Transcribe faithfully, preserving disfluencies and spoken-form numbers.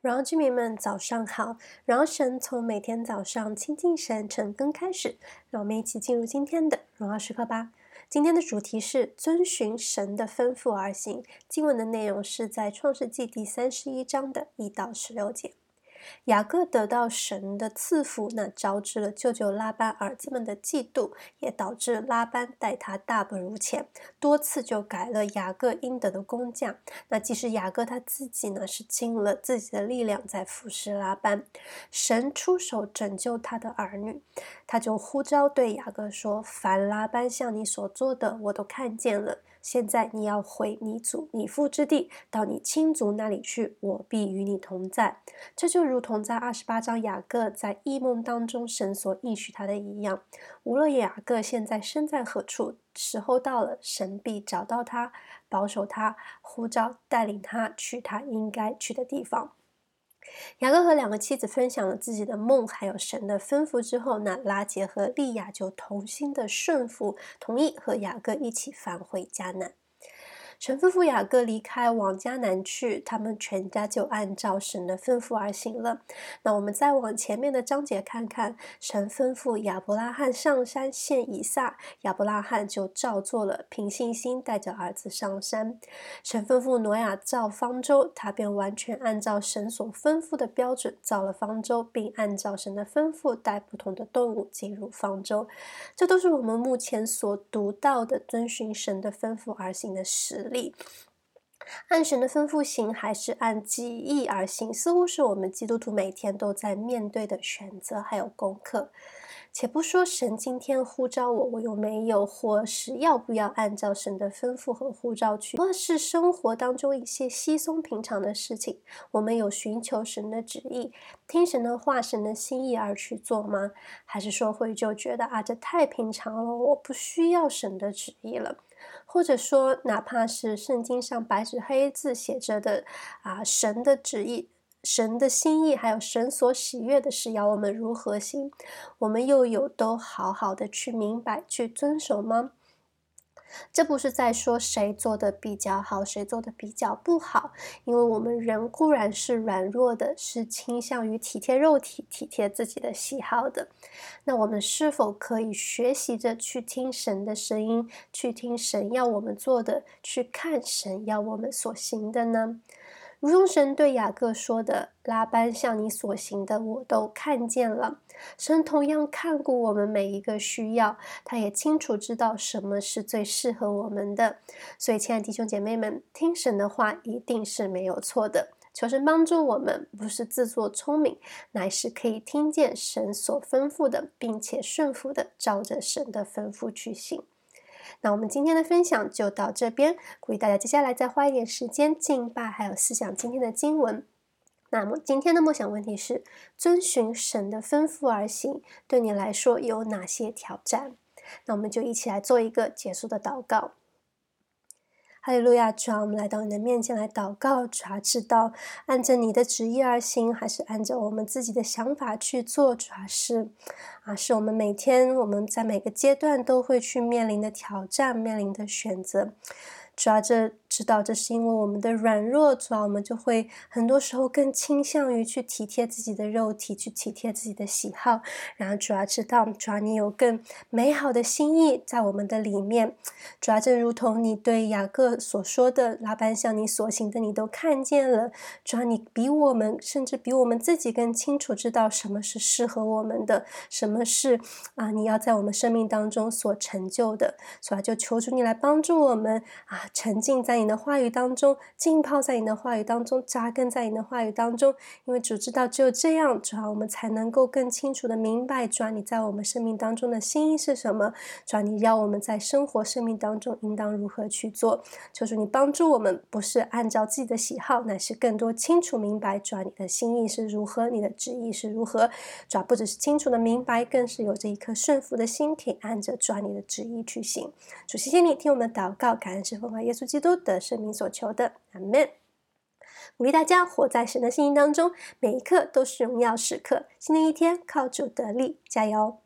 荣耀居民们早上好，荣耀神从每天早上亲近神晨更开始，让我们一起进入今天的荣耀时刻吧。今天的主题是遵循神的吩咐而行，经文的内容是在创世纪第三十一章的一到十六节。雅各得到神的赐福，那招致了舅舅拉班儿子们的嫉妒，也导致拉班待他大不如前，多次就改了雅各应得的工价。那即使雅各他自己呢，是尽了自己的力量在服侍拉班，神出手拯救他的儿女，他就呼召对雅各说：凡拉班向你所做的，我都看见了。现在你要回你祖你父之地，到你亲族那里去，我必与你同在。这就如同在二十八章雅各在异梦当中神所应许他的一样，无论雅各现在身在何处，时候到了，神必找到他，保守他，呼召带领他去他应该去的地方。雅各和两个妻子分享了自己的梦还有神的吩咐之后，那拉结和利亚就同心的顺服，同意和雅各一起返回迦南。神吩咐雅各离开往迦南去，他们全家就按照神的吩咐而行了。那我们再往前面的章节看看，神吩咐亚伯拉罕上山献以撒，亚伯拉罕就照做了，凭信心带着儿子上山。神吩咐挪亚造方舟，他便完全按照神所吩咐的标准造了方舟，并按照神的吩咐带不同的动物进入方舟。这都是我们目前所读到的遵循神的吩咐而行的实例。按神的吩咐行还是按己意而行，似乎是我们基督徒每天都在面对的选择还有功课。且不说神今天呼召我，我又没有，或是要不要按照神的吩咐和呼召去，或是生活当中一些稀松平常的事情，我们有寻求神的旨意，听神的话，神的心意而去做吗？还是说会就觉得啊，这太平常了，我不需要神的旨意了？或者说哪怕是圣经上白纸黑字写着的啊，神的旨意，神的心意，还有神所喜悦的事要我们如何行，我们又有都好好的去明白去遵守吗？这不是在说谁做的比较好，谁做的比较不好，因为我们人固然是软弱的，是倾向于体贴肉体，体贴自己的喜好的。那我们是否可以学习着去听神的声音，去听神要我们做的，去看神要我们所行的呢？如同神对雅各说的，拉班向你所行的我都看见了。神同样看顾我们每一个需要，他也清楚知道什么是最适合我们的。所以亲爱的弟兄姐妹们，听神的话一定是没有错的。求神帮助我们，不是自作聪明，乃是可以听见神所吩咐的，并且顺服的照着神的吩咐去行。那我们今天的分享就到这边，鼓励大家接下来再花一点时间敬拜还有思想今天的经文。那么今天的默想问题是，遵循神的吩咐而行，对你来说有哪些挑战？那我们就一起来做一个结束的祷告。哈利路亚，主啊，我们来到你的面前来祷告，主啊，知道按着你的旨意而行，还是按照我们自己的想法去做，主啊，是啊，是我们每天我们在每个阶段都会去面临的挑战，面临的选择。主啊，这知道这是因为我们的软弱，主啊，我们就会很多时候更倾向于去体贴自己的肉体，去体贴自己的喜好。然后主啊，知道主啊，你有更美好的心意在我们的里面。主啊，正如同你对雅各所说的，拉班向你所行的你都看见了。主啊，你比我们甚至比我们自己更清楚知道什么是适合我们的，什么是啊你要在我们生命当中所成就的。主啊，就求主你来帮助我们啊，沉浸在你的话语当中，浸泡在你的话语当中，扎根在你的话语当中。因为主知道只有这样，主啊，我们才能够更清楚的明白，主啊，你在我们生命当中的心意是什么。主啊，你要我们在生活生命当中应当如何去做。求主你帮助我们，不是按照自己的喜好，乃是更多清楚明白，主啊，你的心意是如何，你的旨意是如何。主啊，不只是清楚的明白，更是有着一颗顺服的心，可以按着主啊你的旨意去行。主，谢谢你听我们的祷告，感恩是奉靠耶稣基督的圣名所求的，阿们。鼓励大家活在神的心意当中，每一刻都是荣耀时刻。新的一天靠主得力，加油！